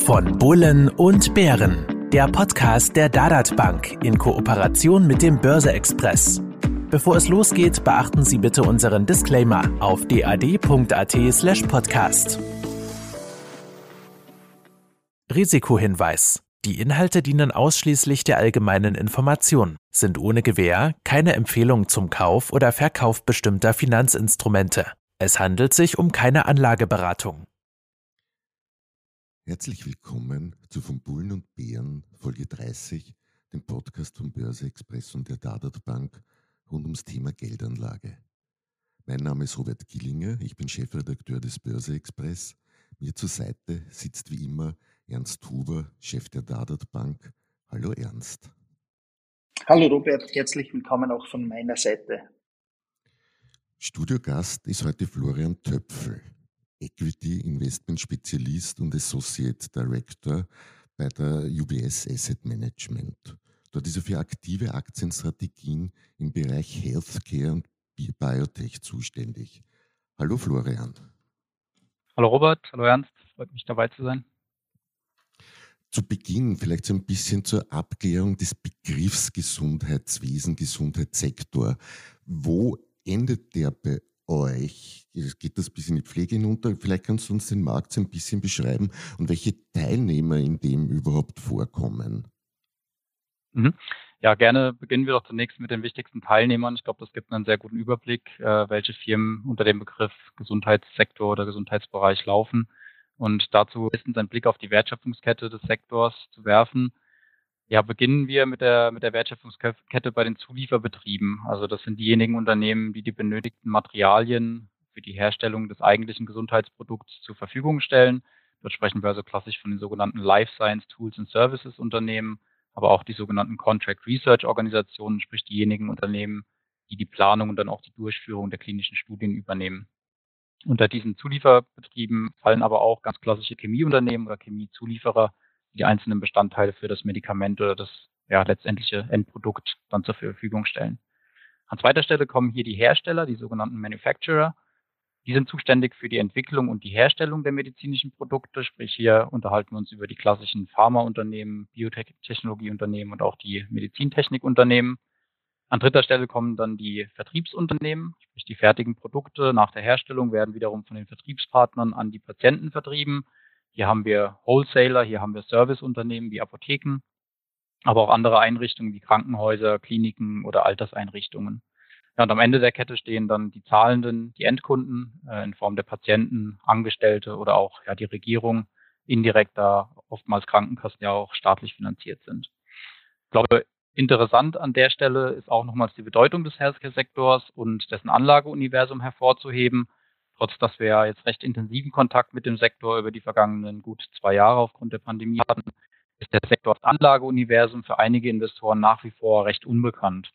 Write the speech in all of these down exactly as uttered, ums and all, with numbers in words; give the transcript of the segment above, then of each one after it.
Von Bullen und Bären, der Podcast der Dadat Bank in Kooperation mit dem Börse-Express. Bevor es losgeht, beachten Sie bitte unseren Disclaimer auf dad.at slash podcast. Risikohinweis. Die Inhalte dienen ausschließlich der allgemeinen Information, sind ohne Gewähr keine Empfehlung zum Kauf oder Verkauf bestimmter Finanzinstrumente. Es handelt sich um keine Anlageberatung. Herzlich willkommen zu Von Bullen und Bären, Folge dreißig, dem Podcast vom Börse-Express und der Dadat Bank rund ums Thema Geldanlage. Mein Name ist Robert Gillinger, ich bin Chefredakteur des Börse-Express. Mir zur Seite sitzt wie immer Ernst Huber, Chef der Dadat Bank. Hallo Ernst. Hallo Robert, herzlich willkommen auch von meiner Seite. Studiogast ist heute Florian Töpfel, Equity Investment Spezialist und Associate Director bei der U B S Asset Management. Dort ist er für aktive Aktienstrategien im Bereich Healthcare und Biotech zuständig. Hallo Florian. Hallo Robert, hallo Ernst, freut mich dabei zu sein. Zu Beginn vielleicht so ein bisschen zur Abklärung des Begriffs Gesundheitswesen, Gesundheitssektor. Wo endet der bei euch? Geht das bis in die Pflege hinunter? Vielleicht kannst du uns den Markt so ein bisschen beschreiben und welche Teilnehmer in dem überhaupt vorkommen. Mhm. Ja, gerne beginnen wir doch zunächst mit den wichtigsten Teilnehmern. Ich glaube, das gibt einen sehr guten Überblick, äh, welche Firmen unter dem Begriff Gesundheitssektor oder Gesundheitsbereich laufen. Und dazu ist ein Blick auf die Wertschöpfungskette des Sektors zu werfen. Ja, beginnen wir mit der, mit der Wertschöpfungskette bei den Zulieferbetrieben. Also das sind diejenigen Unternehmen, die die benötigten Materialien für die Herstellung des eigentlichen Gesundheitsprodukts zur Verfügung stellen. Dort sprechen wir also klassisch von den sogenannten Life Science Tools and Services Unternehmen, aber auch die sogenannten Contract Research Organisationen, sprich diejenigen Unternehmen, die die Planung und dann auch die Durchführung der klinischen Studien übernehmen. Unter diesen Zulieferbetrieben fallen aber auch ganz klassische Chemieunternehmen oder Chemiezulieferer, die die einzelnen Bestandteile für das Medikament oder das ja, letztendliche Endprodukt dann zur Verfügung stellen. An zweiter Stelle kommen hier die Hersteller, die sogenannten Manufacturer. Die sind zuständig für die Entwicklung und die Herstellung der medizinischen Produkte, sprich hier unterhalten wir uns über die klassischen Pharmaunternehmen, Biotechnologieunternehmen und auch die Medizintechnikunternehmen. An dritter Stelle kommen dann die Vertriebsunternehmen, sprich die fertigen Produkte nach der Herstellung werden wiederum von den Vertriebspartnern an die Patienten vertrieben. Hier haben wir Wholesaler, hier haben wir Serviceunternehmen wie Apotheken, aber auch andere Einrichtungen wie Krankenhäuser, Kliniken oder Alterseinrichtungen. Ja, und am Ende der Kette stehen dann die Zahlenden, die Endkunden äh, in Form der Patienten, Angestellte oder auch ja, die Regierung, indirekt da oftmals Krankenkassen ja auch staatlich finanziert sind. Ich glaube, interessant an der Stelle ist auch nochmals die Bedeutung des Healthcare-Sektors und dessen Anlageuniversum hervorzuheben. Trotz dass wir ja jetzt recht intensiven Kontakt mit dem Sektor über die vergangenen gut zwei Jahre aufgrund der Pandemie hatten, ist der Sektor als Anlageuniversum für einige Investoren nach wie vor recht unbekannt.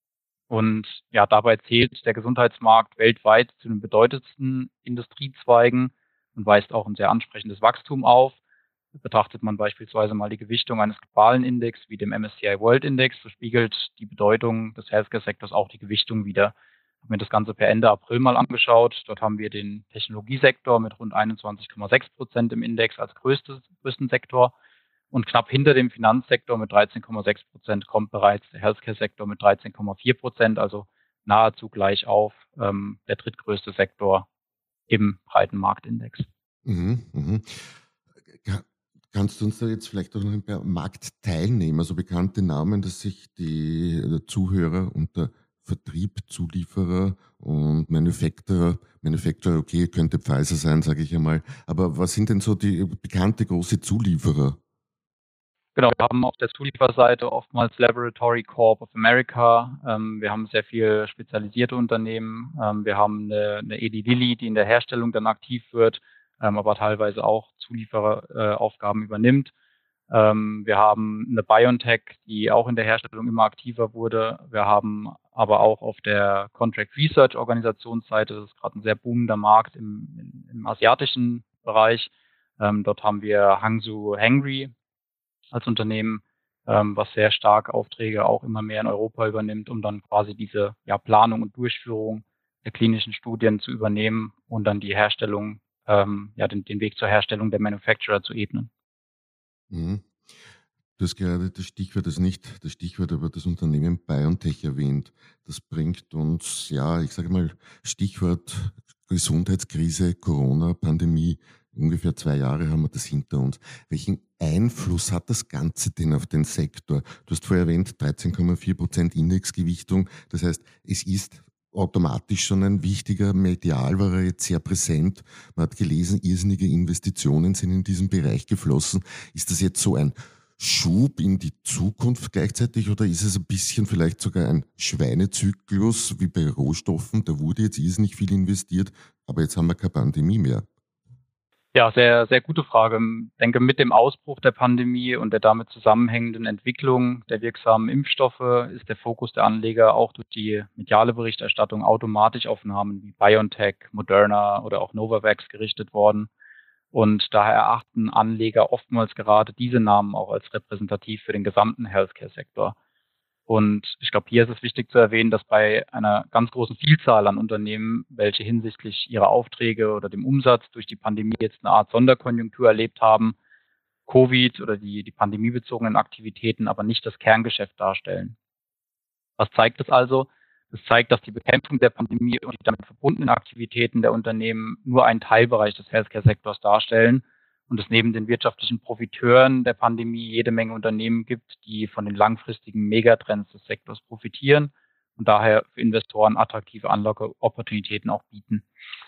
Und ja, dabei zählt der Gesundheitsmarkt weltweit zu den bedeutendsten Industriezweigen und weist auch ein sehr ansprechendes Wachstum auf. Betrachtet man beispielsweise mal die Gewichtung eines globalen Index wie dem M S C I World Index, so spiegelt die Bedeutung des Healthcare-Sektors auch die Gewichtung wider. Ich habe mir das Ganze per Ende April mal angeschaut. Dort haben wir den Technologiesektor mit rund einundzwanzig Komma sechs Prozent im Index als größtes, größten Sektor. Und knapp hinter dem Finanzsektor mit dreizehn Komma sechs Prozent kommt bereits der Healthcare-Sektor mit dreizehn Komma vier Prozent, also nahezu gleich auf ähm, der drittgrößte Sektor im breiten Marktindex. Mhm, mhm. Kannst du uns da jetzt vielleicht auch noch ein paar Marktteilnehmer, also bekannte Namen, dass sich die Zuhörer unter Vertrieb, Zulieferer und Manufacturer, Manufacturer, okay, könnte Pfizer sein, sage ich einmal, aber was sind denn so die bekannte große Zulieferer? Genau, wir haben auf der Zulieferseite oftmals Laboratory Corp of America. Ähm, wir haben sehr viel spezialisierte Unternehmen. Ähm, wir haben eine, eine Eli Lilly, die in der Herstellung dann aktiv wird, ähm, aber teilweise auch Zulieferaufgaben äh, übernimmt. Ähm, wir haben eine BioNTech, die auch in der Herstellung immer aktiver wurde. Wir haben aber auch auf der Contract Research Organisationsseite, das ist gerade ein sehr boomender Markt im, im, im asiatischen Bereich. Ähm, dort haben wir Hangzhou Hengri als Unternehmen, ähm, was sehr stark Aufträge auch immer mehr in Europa übernimmt, um dann quasi diese ja, Planung und Durchführung der klinischen Studien zu übernehmen und dann die Herstellung, ähm, ja, den, den Weg zur Herstellung der Manufacturer zu ebnen. Mhm. Du hast gerade das Stichwort, das nicht das Stichwort, aber das Unternehmen BioNTech erwähnt. Das bringt uns, ja, ich sage mal, Stichwort Gesundheitskrise, Corona, Pandemie. Ungefähr zwei Jahre haben wir das hinter uns. Welchen Einfluss hat das Ganze denn auf den Sektor? Du hast vorher erwähnt, dreizehn Komma vier Prozent Indexgewichtung. Das heißt, es ist automatisch schon ein wichtiger Medial, war er jetzt sehr präsent. Man hat gelesen, irrsinnige Investitionen sind in diesen Bereich geflossen. Ist das jetzt so ein Schub in die Zukunft gleichzeitig oder ist es ein bisschen vielleicht sogar ein Schweinezyklus wie bei Rohstoffen? Da wurde jetzt irrsinnig viel investiert, aber jetzt haben wir keine Pandemie mehr. Ja, sehr, sehr gute Frage. Ich denke, mit dem Ausbruch der Pandemie und der damit zusammenhängenden Entwicklung der wirksamen Impfstoffe ist der Fokus der Anleger auch durch die mediale Berichterstattung automatisch auf Namen wie BioNTech, Moderna oder auch Novavax gerichtet worden. Und daher erachten Anleger oftmals gerade diese Namen auch als repräsentativ für den gesamten Healthcare-Sektor. Und ich glaube, hier ist es wichtig zu erwähnen, dass bei einer ganz großen Vielzahl an Unternehmen, welche hinsichtlich ihrer Aufträge oder dem Umsatz durch die Pandemie jetzt eine Art Sonderkonjunktur erlebt haben, Covid oder die, die pandemiebezogenen Aktivitäten aber nicht das Kerngeschäft darstellen. Was zeigt das also? Das zeigt, dass die Bekämpfung der Pandemie und die damit verbundenen Aktivitäten der Unternehmen nur einen Teilbereich des Healthcare-Sektors darstellen und es neben den wirtschaftlichen Profiteuren der Pandemie jede Menge Unternehmen gibt, die von den langfristigen Megatrends des Sektors profitieren und daher für Investoren attraktive Anlageopportunitäten auch bieten.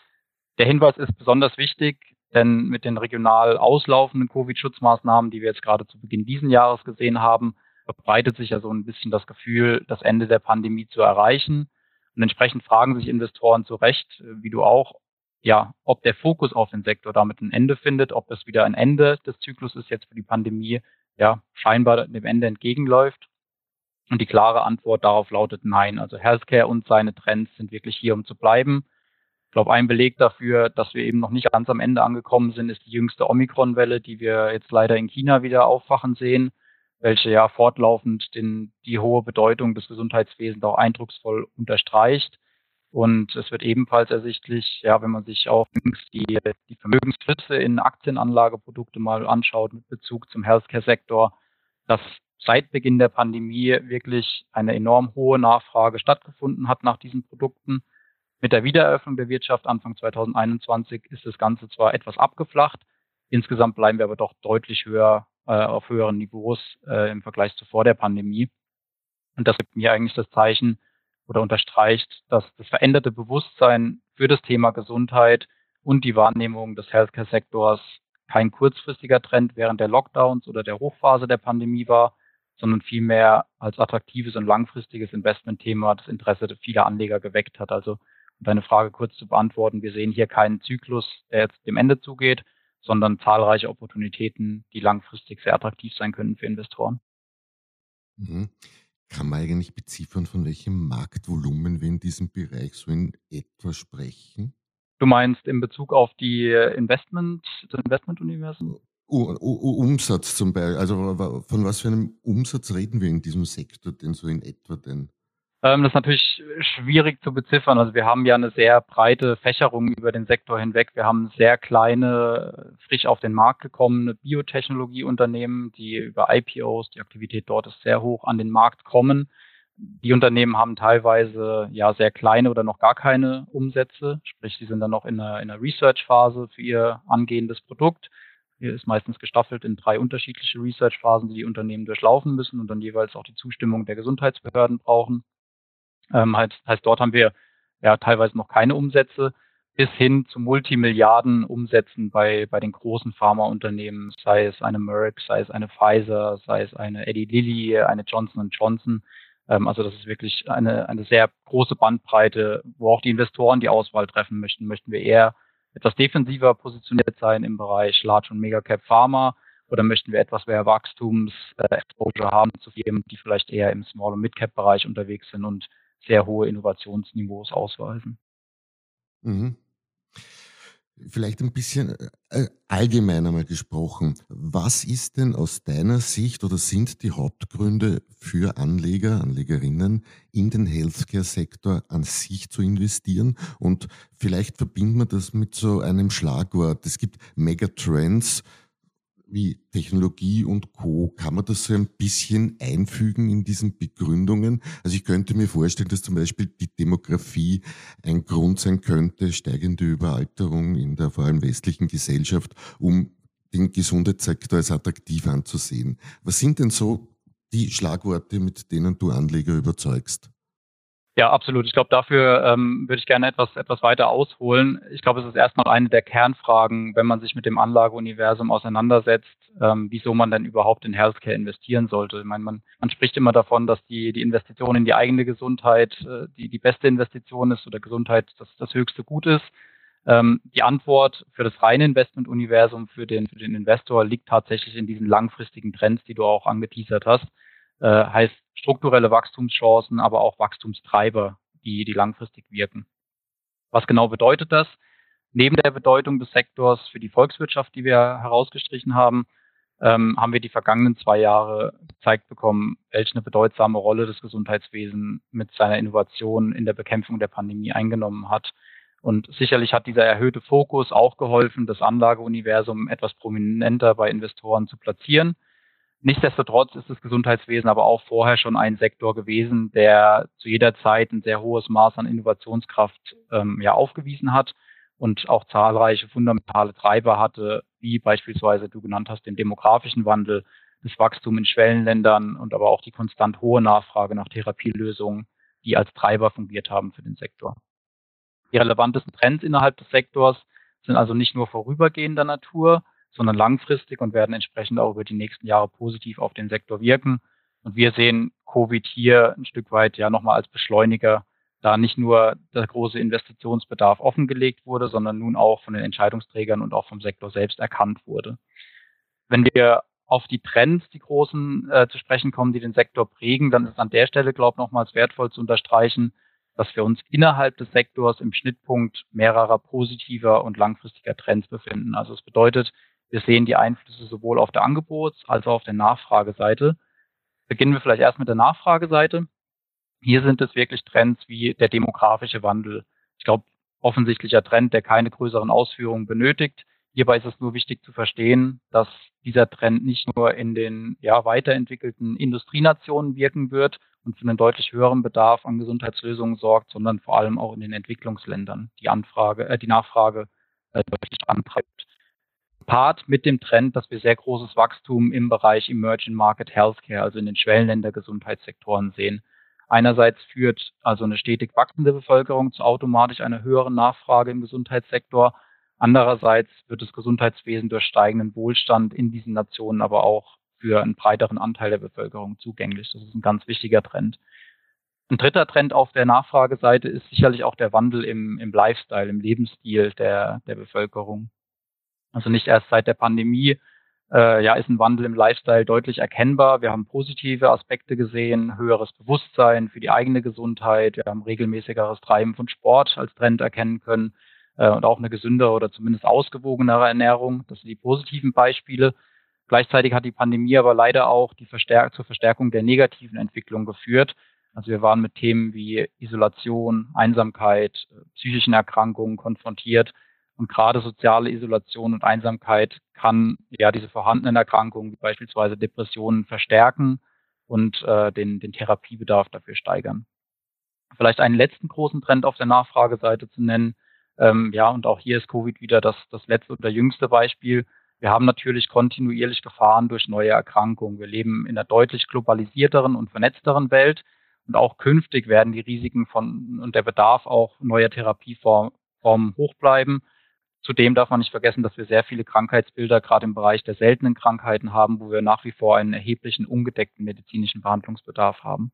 Der Hinweis ist besonders wichtig, denn mit den regional auslaufenden Covid-Schutzmaßnahmen, die wir jetzt gerade zu Beginn diesen Jahres gesehen haben, verbreitet sich ja so ein bisschen das Gefühl, das Ende der Pandemie zu erreichen. Und entsprechend fragen sich Investoren zu Recht, wie du auch, ja, ob der Fokus auf den Sektor damit ein Ende findet, ob es wieder ein Ende des Zyklus ist jetzt für die Pandemie, ja, scheinbar dem Ende entgegenläuft. Und die klare Antwort darauf lautet nein. Also Healthcare und seine Trends sind wirklich hier, um zu bleiben. Ich glaube, ein Beleg dafür, dass wir eben noch nicht ganz am Ende angekommen sind, ist die jüngste Omikron-Welle, die wir jetzt leider in China wieder aufwachen sehen, welche ja fortlaufend den, die hohe Bedeutung des Gesundheitswesens auch eindrucksvoll unterstreicht. Und es wird ebenfalls ersichtlich, ja, wenn man sich auch die, die Vermögensflüsse in Aktienanlageprodukte mal anschaut mit Bezug zum Healthcare-Sektor, dass seit Beginn der Pandemie wirklich eine enorm hohe Nachfrage stattgefunden hat nach diesen Produkten. Mit der Wiedereröffnung der Wirtschaft Anfang zwanzig einundzwanzig ist das Ganze zwar etwas abgeflacht, insgesamt bleiben wir aber doch deutlich höher, äh, auf höheren Niveaus äh, im Vergleich zu vor der Pandemie. Und das gibt mir eigentlich das Zeichen oder unterstreicht, dass das veränderte Bewusstsein für das Thema Gesundheit und die Wahrnehmung des Healthcare-Sektors kein kurzfristiger Trend während der Lockdowns oder der Hochphase der Pandemie war, sondern vielmehr als attraktives und langfristiges Investmentthema das Interesse vieler Anleger geweckt hat. Also um deine Frage kurz zu beantworten, wir sehen hier keinen Zyklus, der jetzt dem Ende zugeht, sondern zahlreiche Opportunitäten, die langfristig sehr attraktiv sein können für Investoren. Mhm. Kann man eigentlich beziffern, von welchem Marktvolumen wir in diesem Bereich so in etwa sprechen? Du meinst in Bezug auf die Investment, das Investmentuniversum? U- U- Umsatz zum Beispiel, also wa- von was für einem Umsatz reden wir in diesem Sektor denn so in etwa denn? Ähm, das ist natürlich schwierig zu beziffern. Also wir haben ja eine sehr breite Fächerung über den Sektor hinweg. Wir haben sehr kleine, frisch auf den Markt gekommene Biotechnologieunternehmen, die über I P Os, die Aktivität dort ist sehr hoch, an den Markt kommen. Die Unternehmen haben teilweise ja sehr kleine oder noch gar keine Umsätze, sprich, sie sind dann noch in einer, in einer Research-Phase für ihr angehendes Produkt. Hier ist meistens gestaffelt in drei unterschiedliche Research-Phasen, die die Unternehmen durchlaufen müssen und dann jeweils auch die Zustimmung der Gesundheitsbehörden brauchen. Ähm, heißt, heißt, dort haben wir ja teilweise noch keine Umsätze bis hin zu Multimilliarden Umsätzen bei, bei den großen Pharmaunternehmen, sei es eine Merck, sei es eine Pfizer, sei es eine Eli Lilly, eine Johnson und Johnson. Ähm, also das ist wirklich eine, eine sehr große Bandbreite, wo auch die Investoren die Auswahl treffen möchten. Möchten wir eher etwas defensiver positioniert sein im Bereich Large- und Megacap Pharma oder möchten wir etwas mehr Wachstums-Exposure äh, haben zu Firmen, die vielleicht eher im Small- und Mid-Cap-Bereich unterwegs sind und sehr hohe Innovationsniveaus ausweisen. Mhm. Vielleicht ein bisschen äh, allgemeiner mal gesprochen. Was ist denn aus deiner Sicht oder sind die Hauptgründe für Anleger, Anlegerinnen in den Healthcare-Sektor an sich zu investieren? Und vielleicht verbindet man das mit so einem Schlagwort. Es gibt Megatrends. wie Technologie und Co. Kann man das so ein bisschen einfügen in diesen Begründungen? Also ich könnte mir vorstellen, dass zum Beispiel die Demografie ein Grund sein könnte, steigende Überalterung in der vor allem westlichen Gesellschaft, um den Gesundheitssektor als attraktiv anzusehen. Was sind denn so die Schlagworte, mit denen du Anleger überzeugst? Ja, absolut. Ich glaube, dafür ähm, würde ich gerne etwas, etwas weiter ausholen. Ich glaube, es ist erstmal eine der Kernfragen, wenn man sich mit dem Anlageuniversum auseinandersetzt, ähm, wieso man denn überhaupt in Healthcare investieren sollte. Ich meine, man, man spricht immer davon, dass die, die Investition in die eigene Gesundheit äh, die, die beste Investition ist oder Gesundheit das, das höchste Gut ist. Ähm, die Antwort für das reine Investmentuniversum, für den, für den Investor liegt tatsächlich in diesen langfristigen Trends, die du auch angeteasert hast. Äh, heißt strukturelle Wachstumschancen, aber auch Wachstumstreiber, die, die langfristig wirken. Was genau bedeutet das? Neben der Bedeutung des Sektors für die Volkswirtschaft, die wir herausgestrichen haben, ähm, haben wir die vergangenen zwei Jahre gezeigt bekommen, welche eine bedeutsame Rolle das Gesundheitswesen mit seiner Innovation in der Bekämpfung der Pandemie eingenommen hat. Und sicherlich hat dieser erhöhte Fokus auch geholfen, das Anlageuniversum etwas prominenter bei Investoren zu platzieren. Nichtsdestotrotz ist das Gesundheitswesen aber auch vorher schon ein Sektor gewesen, der zu jeder Zeit ein sehr hohes Maß an Innovationskraft ähm, ja aufgewiesen hat und auch zahlreiche fundamentale Treiber hatte, wie beispielsweise du genannt hast, den demografischen Wandel, das Wachstum in Schwellenländern und aber auch die konstant hohe Nachfrage nach Therapielösungen, die als Treiber fungiert haben für den Sektor. Die relevantesten Trends innerhalb des Sektors sind also nicht nur vorübergehender Natur, sondern langfristig und werden entsprechend auch über die nächsten Jahre positiv auf den Sektor wirken. Und wir sehen Covid hier ein Stück weit ja nochmal als Beschleuniger, da nicht nur der große Investitionsbedarf offengelegt wurde, sondern nun auch von den Entscheidungsträgern und auch vom Sektor selbst erkannt wurde. Wenn wir auf die Trends, die großen, äh, zu sprechen kommen, die den Sektor prägen, dann ist an der Stelle, glaube ich, nochmals wertvoll zu unterstreichen, dass wir uns innerhalb des Sektors im Schnittpunkt mehrerer positiver und langfristiger Trends befinden. Also es bedeutet, wir sehen die Einflüsse sowohl auf der Angebots- als auch auf der Nachfrageseite. Beginnen wir vielleicht erst mit der Nachfrageseite. Hier sind es wirklich Trends wie der demografische Wandel. Ich glaube, offensichtlicher Trend, der keine größeren Ausführungen benötigt. Hierbei ist es nur wichtig zu verstehen, dass dieser Trend nicht nur in den ja, weiterentwickelten Industrienationen wirken wird und für einen deutlich höheren Bedarf an Gesundheitslösungen sorgt, sondern vor allem auch in den Entwicklungsländern die Anfrage, äh, die Nachfrage äh, deutlich antreibt. Part mit dem Trend, dass wir sehr großes Wachstum im Bereich Emerging Market Healthcare, also in den Schwellenländer-Gesundheitssektoren sehen. Einerseits führt also eine stetig wachsende Bevölkerung zu automatisch einer höheren Nachfrage im Gesundheitssektor. Andererseits wird das Gesundheitswesen durch steigenden Wohlstand in diesen Nationen aber auch für einen breiteren Anteil der Bevölkerung zugänglich. Das ist ein ganz wichtiger Trend. Ein dritter Trend auf der Nachfrageseite ist sicherlich auch der Wandel im, im Lifestyle, im Lebensstil der, der Bevölkerung. Also nicht erst seit der Pandemie äh, ja, ist ein Wandel im Lifestyle deutlich erkennbar. Wir haben positive Aspekte gesehen, höheres Bewusstsein für die eigene Gesundheit. Wir haben regelmäßigeres Treiben von Sport als Trend erkennen können äh, und auch eine gesündere oder zumindest ausgewogenere Ernährung. Das sind die positiven Beispiele. Gleichzeitig hat die Pandemie aber leider auch die Verstärk- zur Verstärkung der negativen Entwicklung geführt. Also wir waren mit Themen wie Isolation, Einsamkeit, psychischen Erkrankungen konfrontiert. Und gerade soziale Isolation und Einsamkeit kann ja diese vorhandenen Erkrankungen, wie beispielsweise Depressionen, verstärken und äh, den, den Therapiebedarf dafür steigern. Vielleicht einen letzten großen Trend auf der Nachfrageseite zu nennen. Ähm, ja, und auch hier ist Covid wieder das, das letzte oder jüngste Beispiel. Wir haben natürlich kontinuierlich Gefahren durch neue Erkrankungen. Wir leben in einer deutlich globalisierteren und vernetzteren Welt. Und auch künftig werden die Risiken von und der Bedarf auch neuer Therapieformen hoch bleiben. Zudem darf man nicht vergessen, dass wir sehr viele Krankheitsbilder gerade im Bereich der seltenen Krankheiten haben, wo wir nach wie vor einen erheblichen ungedeckten medizinischen Behandlungsbedarf haben.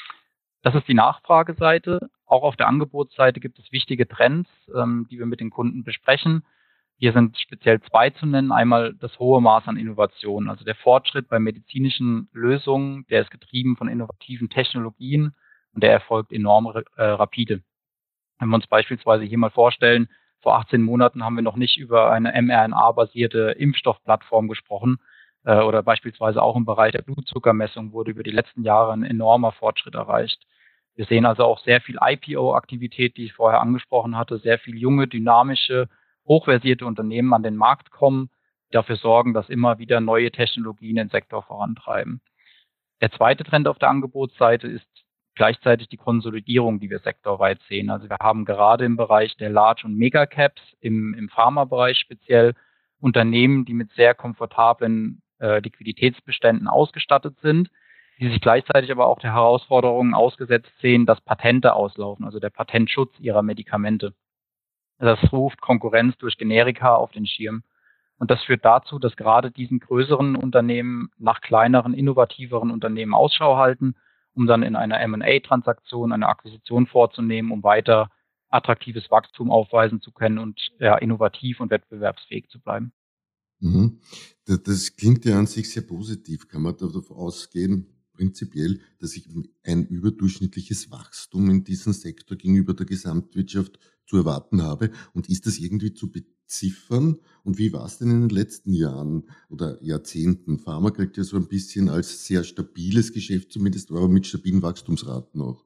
Das ist die Nachfrageseite. Auch auf der Angebotsseite gibt es wichtige Trends, ähm, die wir mit den Kunden besprechen. Hier sind speziell zwei zu nennen. Einmal das hohe Maß an Innovation. Also der Fortschritt bei medizinischen Lösungen, der ist getrieben von innovativen Technologien und der erfolgt enorm äh, rapide. Wenn wir uns beispielsweise hier mal vorstellen, vor achtzehn Monaten haben wir noch nicht über eine mRNA-basierte Impfstoffplattform gesprochen äh, oder beispielsweise auch im Bereich der Blutzuckermessung wurde über die letzten Jahre ein enormer Fortschritt erreicht. Wir sehen also auch sehr viel I P O-Aktivität, die ich vorher angesprochen hatte, sehr viel junge, dynamische, hochversierte Unternehmen an den Markt kommen, dafür sorgen, dass immer wieder neue Technologien den Sektor vorantreiben. Der zweite Trend auf der Angebotsseite ist gleichzeitig die Konsolidierung, die wir sektorweit sehen. Also wir haben gerade im Bereich der Large- und Megacaps, im, im Pharmabereich speziell, Unternehmen, die mit sehr komfortablen äh, Liquiditätsbeständen ausgestattet sind, die sich gleichzeitig aber auch der Herausforderungen ausgesetzt sehen, dass Patente auslaufen, also der Patentschutz ihrer Medikamente. Das ruft Konkurrenz durch Generika auf den Schirm. Und das führt dazu, dass gerade diesen größeren Unternehmen nach kleineren, innovativeren Unternehmen Ausschau halten, um dann in einer M und A-Transaktion eine Akquisition vorzunehmen, um weiter attraktives Wachstum aufweisen zu können und ja, innovativ und wettbewerbsfähig zu bleiben. Mhm. Das, das klingt ja an sich sehr positiv. Kann man davon ausgehen, prinzipiell, dass ich ein überdurchschnittliches Wachstum in diesem Sektor gegenüber der Gesamtwirtschaft zu erwarten habe? Und ist das irgendwie zu beziffern? Und wie war es denn in den letzten Jahren oder Jahrzehnten? Pharma gilt ja so ein bisschen als sehr stabiles Geschäft, zumindest aber mit stabilen Wachstumsraten auch.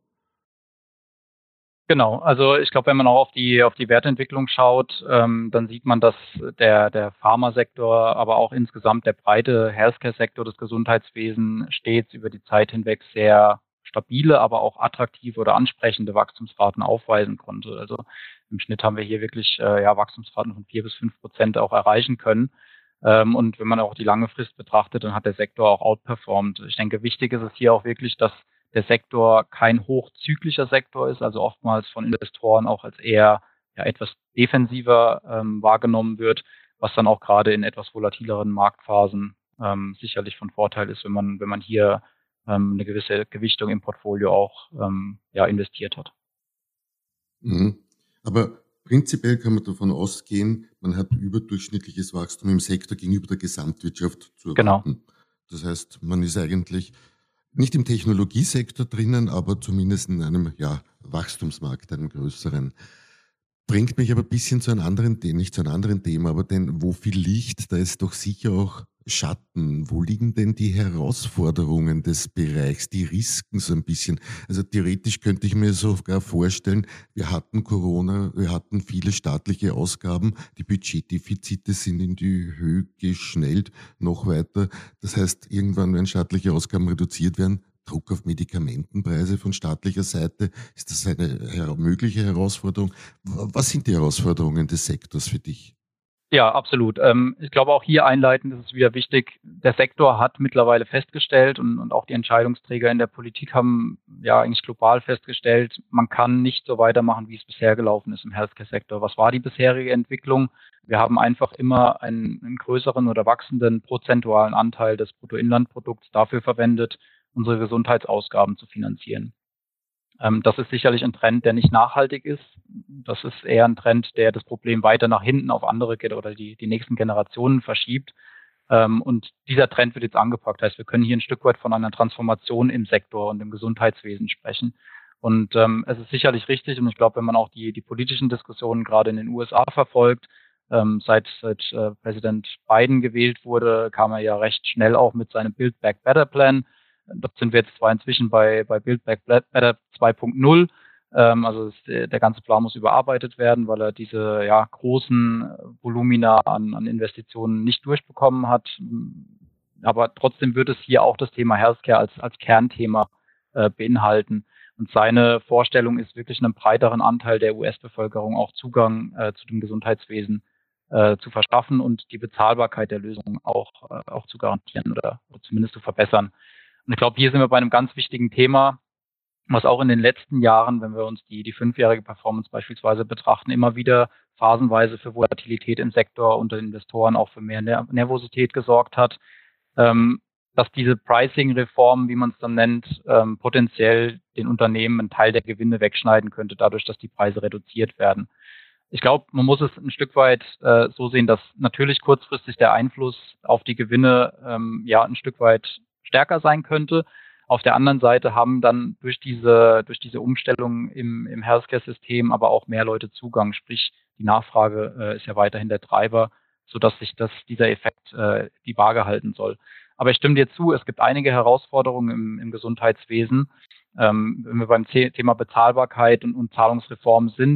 Genau, also ich glaube, wenn man auch auf die auf die Wertentwicklung schaut, ähm, dann sieht man, dass der der Pharmasektor, aber auch insgesamt der breite Healthcare-Sektor des Gesundheitswesens stets über die Zeit hinweg sehr stabile, aber auch attraktive oder ansprechende Wachstumsraten aufweisen konnte. Also im Schnitt haben wir hier wirklich äh, ja Wachstumsraten von vier bis fünf Prozent auch erreichen können. Ähm, und wenn man auch die lange Frist betrachtet, dann hat der Sektor auch outperformed. Ich denke, wichtig ist es hier auch wirklich, dass der Sektor kein hochzyklischer Sektor ist, also oftmals von Investoren auch als eher ja, etwas defensiver ähm, wahrgenommen wird, was dann auch gerade in etwas volatileren Marktphasen ähm, sicherlich von Vorteil ist, wenn man wenn man hier ähm, eine gewisse Gewichtung im Portfolio auch ähm, ja, investiert hat. Mhm. Aber prinzipiell kann man davon ausgehen, man hat überdurchschnittliches Wachstum im Sektor gegenüber der Gesamtwirtschaft zu Genau. erwarten. Das heißt, man ist eigentlich nicht im Technologiesektor drinnen, aber zumindest in einem ja, Wachstumsmarkt, einem größeren. Bringt mich aber ein bisschen zu einem anderen Thema, nicht zu einem anderen Thema, aber denn wo viel Licht, da ist doch sicher auch Schatten. Wo liegen denn die Herausforderungen des Bereichs, die Risiken so ein bisschen? Also theoretisch könnte ich mir sogar vorstellen, wir hatten Corona, wir hatten viele staatliche Ausgaben, die Budgetdefizite sind in die Höhe geschnellt, noch weiter. Das heißt, irgendwann werden staatliche Ausgaben reduziert werden. Druck auf Medikamentenpreise von staatlicher Seite, ist das eine her- mögliche Herausforderung? W- Was sind die Herausforderungen des Sektors für dich? Ja, absolut. Ähm, ich glaube, auch hier einleitend ist es wieder wichtig, der Sektor hat mittlerweile festgestellt und, und auch die Entscheidungsträger in der Politik haben ja eigentlich global festgestellt, man kann nicht so weitermachen, wie es bisher gelaufen ist im Healthcare-Sektor. Was war die bisherige Entwicklung? Wir haben einfach immer einen, einen größeren oder wachsenden prozentualen Anteil des Bruttoinlandprodukts dafür verwendet, unsere Gesundheitsausgaben zu finanzieren. Ähm, das ist sicherlich ein Trend, der nicht nachhaltig ist. Das ist eher ein Trend, der das Problem weiter nach hinten auf andere Ge- oder die, die nächsten Generationen verschiebt. Ähm, und dieser Trend wird jetzt angepackt. Heißt, wir können hier ein Stück weit von einer Transformation im Sektor und im Gesundheitswesen sprechen. Und ähm, es ist sicherlich richtig. Und ich glaube, wenn man auch die, die politischen Diskussionen gerade in den U S A verfolgt, ähm, seit, seit äh, Präsident Biden gewählt wurde, kam er ja recht schnell auch mit seinem Build Back Better Plan. Dort sind wir jetzt zwar inzwischen bei, bei Build Back Better zwei Punkt null. Ähm, also es, der ganze Plan muss überarbeitet werden, weil er diese ja, großen Volumina an, an Investitionen nicht durchbekommen hat. Aber trotzdem wird es hier auch das Thema Healthcare als, als Kernthema äh, beinhalten. Und seine Vorstellung ist wirklich einem breiteren Anteil der U S-Bevölkerung auch Zugang äh, zu dem Gesundheitswesen äh, zu verschaffen und die Bezahlbarkeit der Lösung auch, äh, auch zu garantieren oder, oder zumindest zu verbessern. Und ich glaube, hier sind wir bei einem ganz wichtigen Thema, was auch in den letzten Jahren, wenn wir uns die, die fünfjährige Performance beispielsweise betrachten, immer wieder phasenweise für Volatilität im Sektor unter den Investoren auch für mehr Ner- Nervosität gesorgt hat, ähm, dass diese Pricing-Reform, wie man es dann nennt, ähm, potenziell den Unternehmen einen Teil der Gewinne wegschneiden könnte, dadurch, dass die Preise reduziert werden. Ich glaube, man muss es ein Stück weit äh, so sehen, dass natürlich kurzfristig der Einfluss auf die Gewinne ähm, ja ein Stück weit stärker sein könnte. Auf der anderen Seite haben dann durch diese durch diese Umstellung im, im Healthcare-System aber auch mehr Leute Zugang. Sprich, die Nachfrage äh, ist ja weiterhin der Treiber, sodass sich das dieser Effekt äh, die Waage halten soll. Aber ich stimme dir zu, es gibt einige Herausforderungen im, im Gesundheitswesen. Ähm, wenn wir beim Thema Bezahlbarkeit und, und Zahlungsreform sind,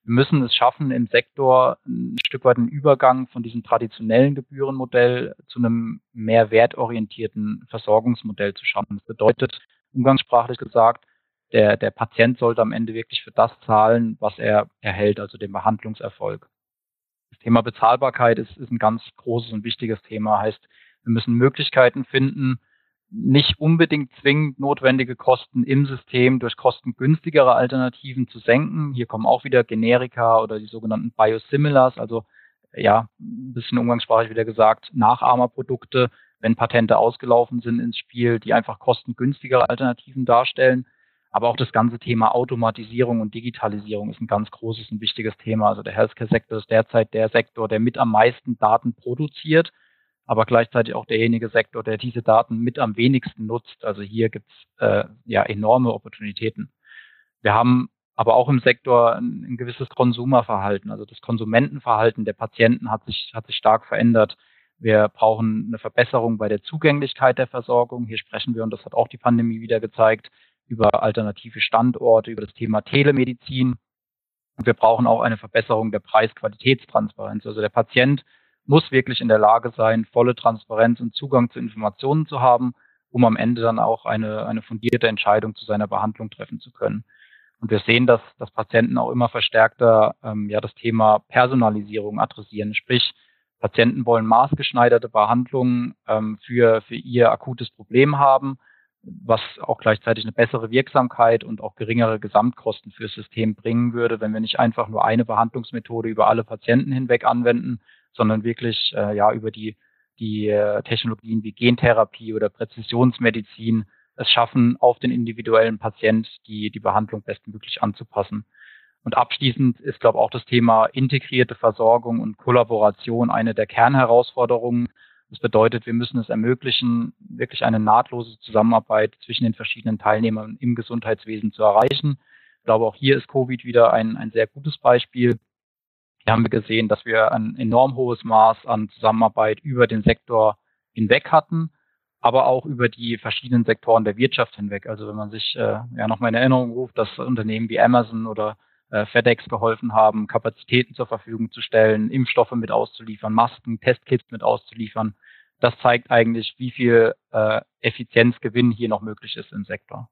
Wir müssen es schaffen, im Sektor ein Stück weit einen Übergang von diesem traditionellen Gebührenmodell zu einem mehr wertorientierten Versorgungsmodell zu schaffen. Das bedeutet, umgangssprachlich gesagt, der, der Patient sollte am Ende wirklich für das zahlen, was er erhält, also den Behandlungserfolg. Das Thema Bezahlbarkeit ist, ist ein ganz großes und wichtiges Thema. Heißt, wir müssen Möglichkeiten finden, nicht unbedingt zwingend notwendige Kosten im System durch kostengünstigere Alternativen zu senken. Hier kommen auch wieder Generika oder die sogenannten Biosimilars, also ja, ein bisschen umgangssprachlich wieder gesagt, Nachahmerprodukte, wenn Patente ausgelaufen sind ins Spiel, die einfach kostengünstigere Alternativen darstellen. Aber auch das ganze Thema Automatisierung und Digitalisierung ist ein ganz großes und wichtiges Thema. Also der Healthcare-Sektor ist derzeit der Sektor, der mit am meisten Daten produziert, aber gleichzeitig auch derjenige Sektor, der diese Daten mit am wenigsten nutzt. Also hier gibt es äh, ja enorme Opportunitäten. Wir haben aber auch im Sektor ein, ein gewisses Konsumerverhalten. Also das Konsumentenverhalten der Patienten hat sich, hat sich stark verändert. Wir brauchen eine Verbesserung bei der Zugänglichkeit der Versorgung. Hier sprechen wir, und das hat auch die Pandemie wieder gezeigt, über alternative Standorte, über das Thema Telemedizin. Und wir brauchen auch eine Verbesserung der Preis-Qualitätstransparenz. Also der Patient muss wirklich in der Lage sein, volle Transparenz und Zugang zu Informationen zu haben, um am Ende dann auch eine, eine fundierte Entscheidung zu seiner Behandlung treffen zu können. Und wir sehen, dass, dass Patienten auch immer verstärkter ähm, ja, das Thema Personalisierung adressieren. Sprich, Patienten wollen maßgeschneiderte Behandlungen ähm, für, für ihr akutes Problem haben, was auch gleichzeitig eine bessere Wirksamkeit und auch geringere Gesamtkosten fürs System bringen würde, wenn wir nicht einfach nur eine Behandlungsmethode über alle Patienten hinweg anwenden, sondern wirklich äh, ja über die, die äh, Technologien wie Gentherapie oder Präzisionsmedizin es schaffen, auf den individuellen Patient die, die Behandlung bestmöglich anzupassen. Und abschließend ist, glaube ich, auch das Thema integrierte Versorgung und Kollaboration eine der Kernherausforderungen. Das bedeutet, wir müssen es ermöglichen, wirklich eine nahtlose Zusammenarbeit zwischen den verschiedenen Teilnehmern im Gesundheitswesen zu erreichen. Ich glaube, auch hier ist Covid wieder ein, ein sehr gutes Beispiel. Hier haben wir gesehen, dass wir ein enorm hohes Maß an Zusammenarbeit über den Sektor hinweg hatten, aber auch über die verschiedenen Sektoren der Wirtschaft hinweg. Also wenn man sich äh, ja nochmal in Erinnerung ruft, dass Unternehmen wie Amazon oder äh, FedEx geholfen haben, Kapazitäten zur Verfügung zu stellen, Impfstoffe mit auszuliefern, Masken, Testkits mit auszuliefern. Das zeigt eigentlich, wie viel äh, Effizienzgewinn hier noch möglich ist im Sektor.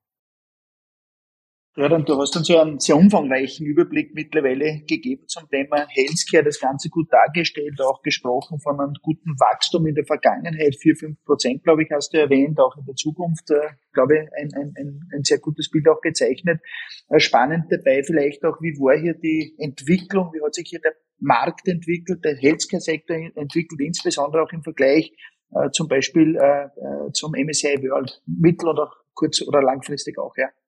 Ja, dann du hast uns ja einen sehr umfangreichen Überblick mittlerweile gegeben zum Thema Healthcare, das Ganze gut dargestellt, auch gesprochen von einem guten Wachstum in der Vergangenheit, vier, fünf Prozent, glaube ich, hast du erwähnt, auch in der Zukunft, äh, glaube ich, ein, ein, ein, ein sehr gutes Bild auch gezeichnet. Äh, spannend dabei vielleicht auch, wie war hier die Entwicklung, wie hat sich hier der Markt entwickelt, der Healthcare-Sektor entwickelt, insbesondere auch im Vergleich äh, zum Beispiel äh, äh, zum M S C I World, mittel- oder kurz- oder langfristig auch, ja.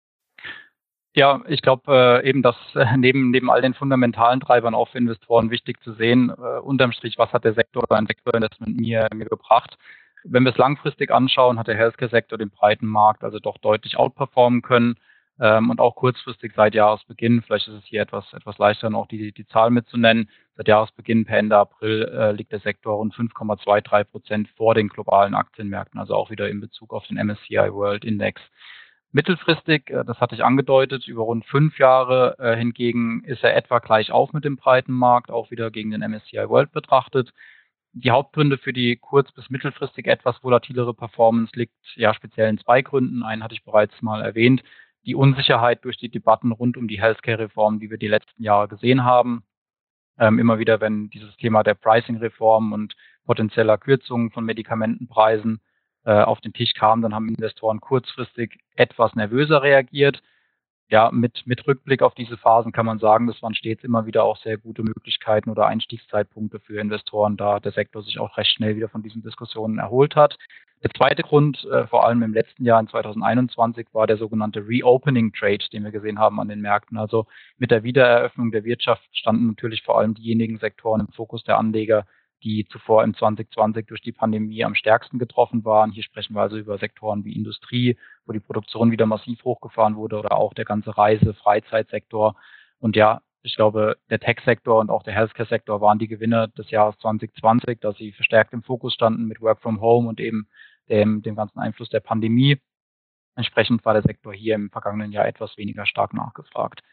Ja, ich glaube äh, eben, dass äh, neben neben all den fundamentalen Treibern auch für Investoren wichtig zu sehen, äh, unterm Strich, was hat der Sektor oder ein Sektorinvestment mir, mir gebracht. Wenn wir es langfristig anschauen, hat der Healthcare-Sektor den breiten Markt also doch deutlich outperformen können ähm, und auch kurzfristig seit Jahresbeginn, vielleicht ist es hier etwas etwas leichter, noch die die Zahl mitzunennen, seit Jahresbeginn per Ende April äh, liegt der Sektor rund fünf Komma drei zwei Prozent vor den globalen Aktienmärkten, also auch wieder in Bezug auf den M S C I World Index. Mittelfristig, das hatte ich angedeutet, über rund fünf Jahre äh, hingegen ist er etwa gleich auf mit dem breiten Markt, auch wieder gegen den M S C I World betrachtet. Die Hauptgründe für die kurz- bis mittelfristig etwas volatilere Performance liegt ja speziell in zwei Gründen. Einen hatte ich bereits mal erwähnt, die Unsicherheit durch die Debatten rund um die Healthcare-Reform, die wir die letzten Jahre gesehen haben. Ähm, immer wieder, wenn dieses Thema der Pricing-Reform und potenzieller Kürzungen von Medikamentenpreisen auf den Tisch kam, dann haben Investoren kurzfristig etwas nervöser reagiert. Ja, mit, mit Rückblick auf diese Phasen kann man sagen, das waren stets immer wieder auch sehr gute Möglichkeiten oder Einstiegszeitpunkte für Investoren, da der Sektor sich auch recht schnell wieder von diesen Diskussionen erholt hat. Der zweite Grund, äh, vor allem im letzten Jahr in zwanzig einundzwanzig, war der sogenannte Reopening Trade, den wir gesehen haben an den Märkten. Also mit der Wiedereröffnung der Wirtschaft standen natürlich vor allem diejenigen Sektoren im Fokus der Anleger, die zuvor im zwanzig zwanzig durch die Pandemie am stärksten getroffen waren. Hier sprechen wir also über Sektoren wie Industrie, wo die Produktion wieder massiv hochgefahren wurde, oder auch der ganze Reise-, Freizeitsektor. Und ja, ich glaube, der Tech-Sektor und auch der Healthcare-Sektor waren die Gewinner des Jahres zwanzig zwanzig, da sie verstärkt im Fokus standen mit Work from Home und eben dem, dem ganzen Einfluss der Pandemie. Entsprechend war der Sektor hier im vergangenen Jahr etwas weniger stark nachgefragt.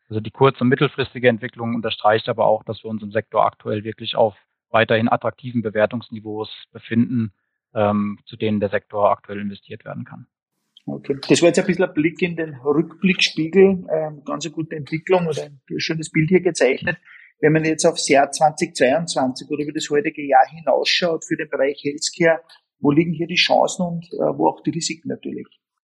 Also die kurz- und mittelfristige Entwicklung unterstreicht aber auch, dass wir uns im Sektor aktuell wirklich auf weiterhin attraktiven Bewertungsniveaus befinden, ähm, zu denen der Sektor aktuell investiert werden kann. Okay. Das war jetzt ein bisschen ein Blick in den Rückblickspiegel, ähm, ganz eine gute Entwicklung oder ein schönes Bild hier gezeichnet. Wenn man jetzt aufs Jahr zweitausendzweiundzwanzig oder über das heutige Jahr hinausschaut für den Bereich Healthcare, wo liegen hier die Chancen und äh, wo auch die Risiken natürlich?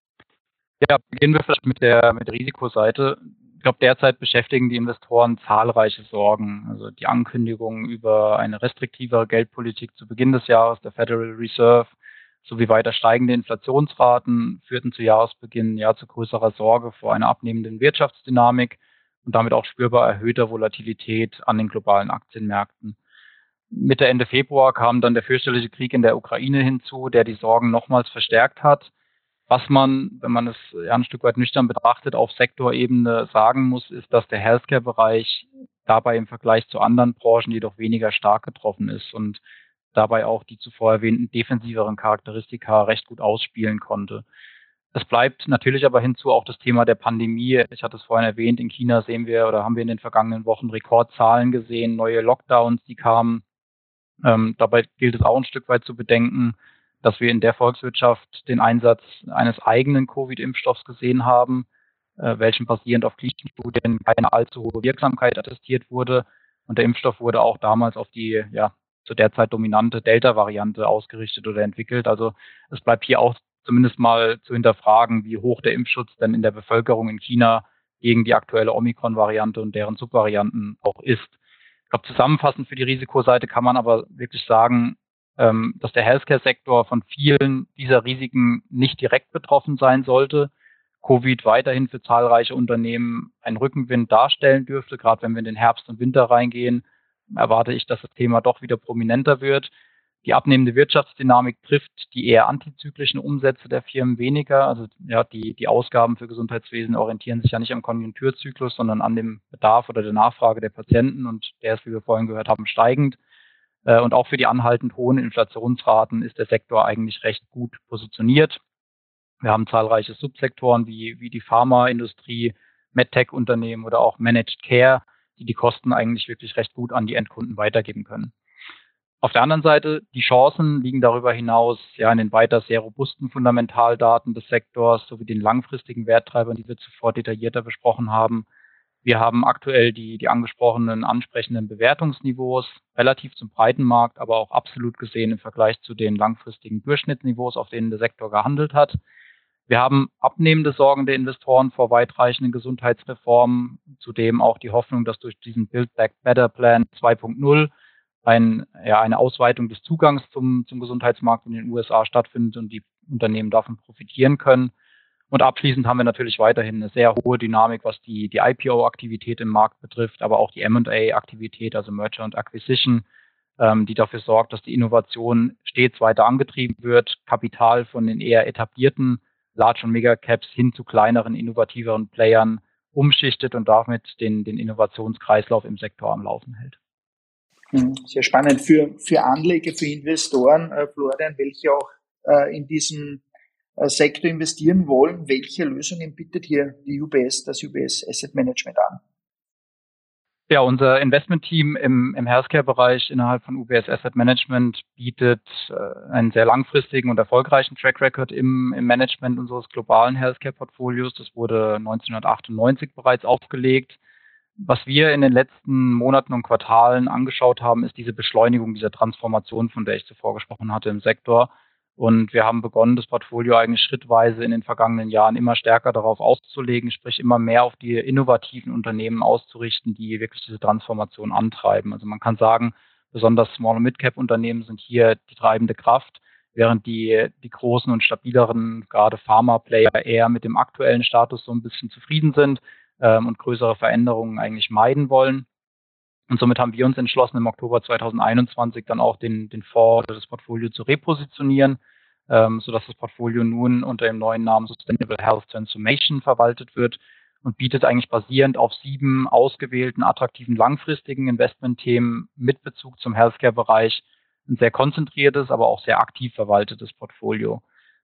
Ja, beginnen wir vielleicht mit der, mit der Risikoseite. Ich glaube, derzeit beschäftigen die Investoren zahlreiche Sorgen. Also die Ankündigung über eine restriktivere Geldpolitik zu Beginn des Jahres der Federal Reserve sowie weiter steigende Inflationsraten führten zu Jahresbeginn ja zu größerer Sorge vor einer abnehmenden Wirtschaftsdynamik und damit auch spürbar erhöhter Volatilität an den globalen Aktienmärkten. Mitte, Ende Februar kam dann der fürchterliche Krieg in der Ukraine hinzu, der die Sorgen nochmals verstärkt hat. Was man, wenn man es ja ein Stück weit nüchtern betrachtet, auf Sektorebene sagen muss, ist, dass der Healthcare-Bereich dabei im Vergleich zu anderen Branchen jedoch weniger stark getroffen ist und dabei auch die zuvor erwähnten defensiveren Charakteristika recht gut ausspielen konnte. Es bleibt natürlich aber hinzu auch das Thema der Pandemie. Ich hatte es vorhin erwähnt, in China sehen wir oder haben wir in den vergangenen Wochen Rekordzahlen gesehen, neue Lockdowns, die kamen. Ähm, dabei gilt es auch ein Stück weit zu bedenken, dass wir in der Volkswirtschaft den Einsatz eines eigenen Covid-Impfstoffs gesehen haben, äh, welchem basierend auf klinischen Studien keine allzu hohe Wirksamkeit attestiert wurde. Und der Impfstoff wurde auch damals auf die ja zu der Zeit dominante Delta-Variante ausgerichtet oder entwickelt. Also es bleibt hier auch zumindest mal zu hinterfragen, wie hoch der Impfschutz denn in der Bevölkerung in China gegen die aktuelle Omikron-Variante und deren Subvarianten auch ist. Ich glaube, zusammenfassend für die Risikoseite kann man aber wirklich sagen, ähm, dass der Healthcare-Sektor von vielen dieser Risiken nicht direkt betroffen sein sollte. Covid weiterhin für zahlreiche Unternehmen einen Rückenwind darstellen dürfte. Gerade wenn wir in den Herbst und Winter reingehen, erwarte ich, dass das Thema doch wieder prominenter wird. Die abnehmende Wirtschaftsdynamik trifft die eher antizyklischen Umsätze der Firmen weniger. Also ja, die, die Ausgaben für Gesundheitswesen orientieren sich ja nicht am Konjunkturzyklus, sondern an dem Bedarf oder der Nachfrage der Patienten. Und der ist, wie wir vorhin gehört haben, steigend. Und auch für die anhaltend hohen Inflationsraten ist der Sektor eigentlich recht gut positioniert. Wir haben zahlreiche Subsektoren wie, wie die Pharmaindustrie, MedTech-Unternehmen oder auch Managed Care, die die Kosten eigentlich wirklich recht gut an die Endkunden weitergeben können. Auf der anderen Seite, die Chancen liegen darüber hinaus ja in den weiter sehr robusten Fundamentaldaten des Sektors sowie den langfristigen Werttreibern, die wir zuvor detaillierter besprochen haben. Wir haben aktuell die, die angesprochenen, ansprechenden Bewertungsniveaus relativ zum breiten Markt, aber auch absolut gesehen im Vergleich zu den langfristigen Durchschnittsniveaus, auf denen der Sektor gehandelt hat. Wir haben abnehmende Sorgen der Investoren vor weitreichenden Gesundheitsreformen, zudem auch die Hoffnung, dass durch diesen Build Back Better Plan zwei Punkt null ein, ja, eine Ausweitung des Zugangs zum, zum Gesundheitsmarkt in den U S A stattfindet und die Unternehmen davon profitieren können. Und abschließend haben wir natürlich weiterhin eine sehr hohe Dynamik, was die, die I P O-Aktivität im Markt betrifft, aber auch die M und A-Aktivität, also Merger und Acquisition, ähm, die dafür sorgt, dass die Innovation stets weiter angetrieben wird, Kapital von den eher etablierten Large- und Mega-Caps hin zu kleineren, innovativeren Playern umschichtet und damit den, den Innovationskreislauf im Sektor am Laufen hält. Sehr spannend für, für Anleger, für Investoren, äh, Florian, welche auch äh, in diesen äh, Sektor investieren wollen. Welche Lösungen bietet hier die U B S, das U B S Asset Management an? Ja, unser Investmentteam im, im Healthcare-Bereich innerhalb von U B S Asset Management bietet äh, einen sehr langfristigen und erfolgreichen Track Record im, im Management unseres globalen Healthcare-Portfolios. Das wurde neunzehnhundertachtundneunzig bereits aufgelegt. Was wir in den letzten Monaten und Quartalen angeschaut haben, ist diese Beschleunigung dieser Transformation, von der ich zuvor gesprochen hatte im Sektor. Und wir haben begonnen, das Portfolio eigentlich schrittweise in den vergangenen Jahren immer stärker darauf auszulegen, sprich immer mehr auf die innovativen Unternehmen auszurichten, die wirklich diese Transformation antreiben. Also man kann sagen, besonders Small- und Mid-Cap-Unternehmen sind hier die treibende Kraft, während die, die großen und stabileren, gerade Pharma-Player, eher mit dem aktuellen Status so ein bisschen zufrieden sind ähm, und größere Veränderungen eigentlich meiden wollen. Und somit haben wir uns entschlossen, im Oktober zweitausendeinundzwanzig dann auch den, den Fonds oder das Portfolio zu repositionieren, ähm, sodass das Portfolio nun unter dem neuen Namen Sustainable Health Transformation verwaltet wird und bietet eigentlich basierend auf sieben ausgewählten, attraktiven, langfristigen Investmentthemen mit Bezug zum Healthcare-Bereich ein sehr konzentriertes, aber auch sehr aktiv verwaltetes Portfolio.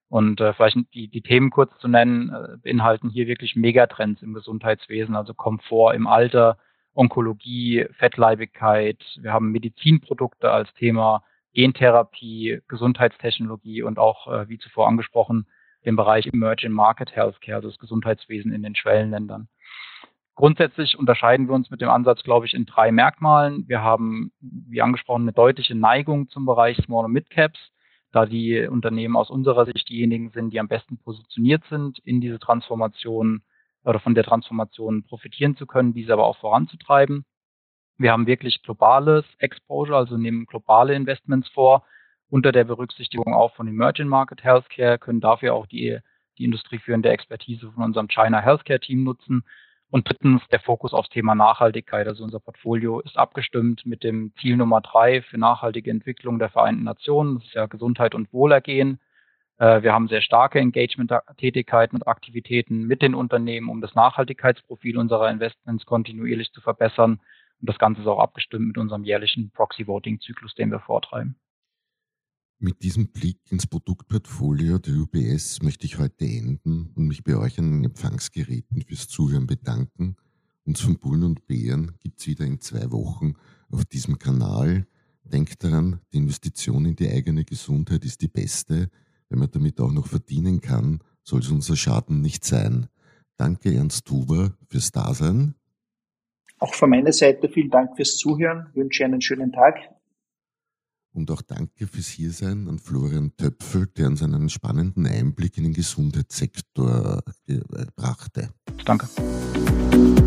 Und äh, vielleicht die, die Themen kurz zu nennen, äh, beinhalten hier wirklich Megatrends im Gesundheitswesen, also Komfort im Alter, Onkologie, Fettleibigkeit. Wir haben Medizinprodukte als Thema, Gentherapie, Gesundheitstechnologie und auch, äh, wie zuvor angesprochen, den Bereich Emerging Market Healthcare, also das Gesundheitswesen in den Schwellenländern. Grundsätzlich unterscheiden wir uns mit dem Ansatz, glaube ich, in drei Merkmalen. Wir haben, wie angesprochen, eine deutliche Neigung zum Bereich Small- und Mid-Caps, da die Unternehmen aus unserer Sicht diejenigen sind, die am besten positioniert sind, in diese Transformation oder von der Transformation profitieren zu können, diese aber auch voranzutreiben. Wir haben wirklich globales Exposure, also nehmen globale Investments vor, unter der Berücksichtigung auch von Emerging Market Healthcare, können dafür auch die, die industrieführende Expertise von unserem China Healthcare Team nutzen. Und drittens der Fokus aufs Thema Nachhaltigkeit. Also unser Portfolio ist abgestimmt mit dem Ziel Nummer drei für nachhaltige Entwicklung der Vereinten Nationen. Das ist ja Gesundheit und Wohlergehen. Wir haben sehr starke Engagement-Tätigkeiten und Aktivitäten mit den Unternehmen, um das Nachhaltigkeitsprofil unserer Investments kontinuierlich zu verbessern. Und das Ganze ist auch abgestimmt mit unserem jährlichen Proxy-Voting-Zyklus, den wir vortreiben. Mit diesem Blick ins Produktportfolio der U B S möchte ich heute enden und mich bei euch an den Empfangsgeräten fürs Zuhören bedanken. Uns von Bullen und Bären gibt es wieder in zwei Wochen auf diesem Kanal. Denkt daran, die Investition in die eigene Gesundheit ist die beste. Wenn man damit auch noch verdienen kann, soll es unser Schaden nicht sein. Danke Ernst Huber fürs Dasein. Auch von meiner Seite vielen Dank fürs Zuhören. Ich wünsche einen schönen Tag. Und auch danke fürs Hiersein an Florian Töpfel, der uns einen spannenden Einblick in den Gesundheitssektor äh, brachte. Danke.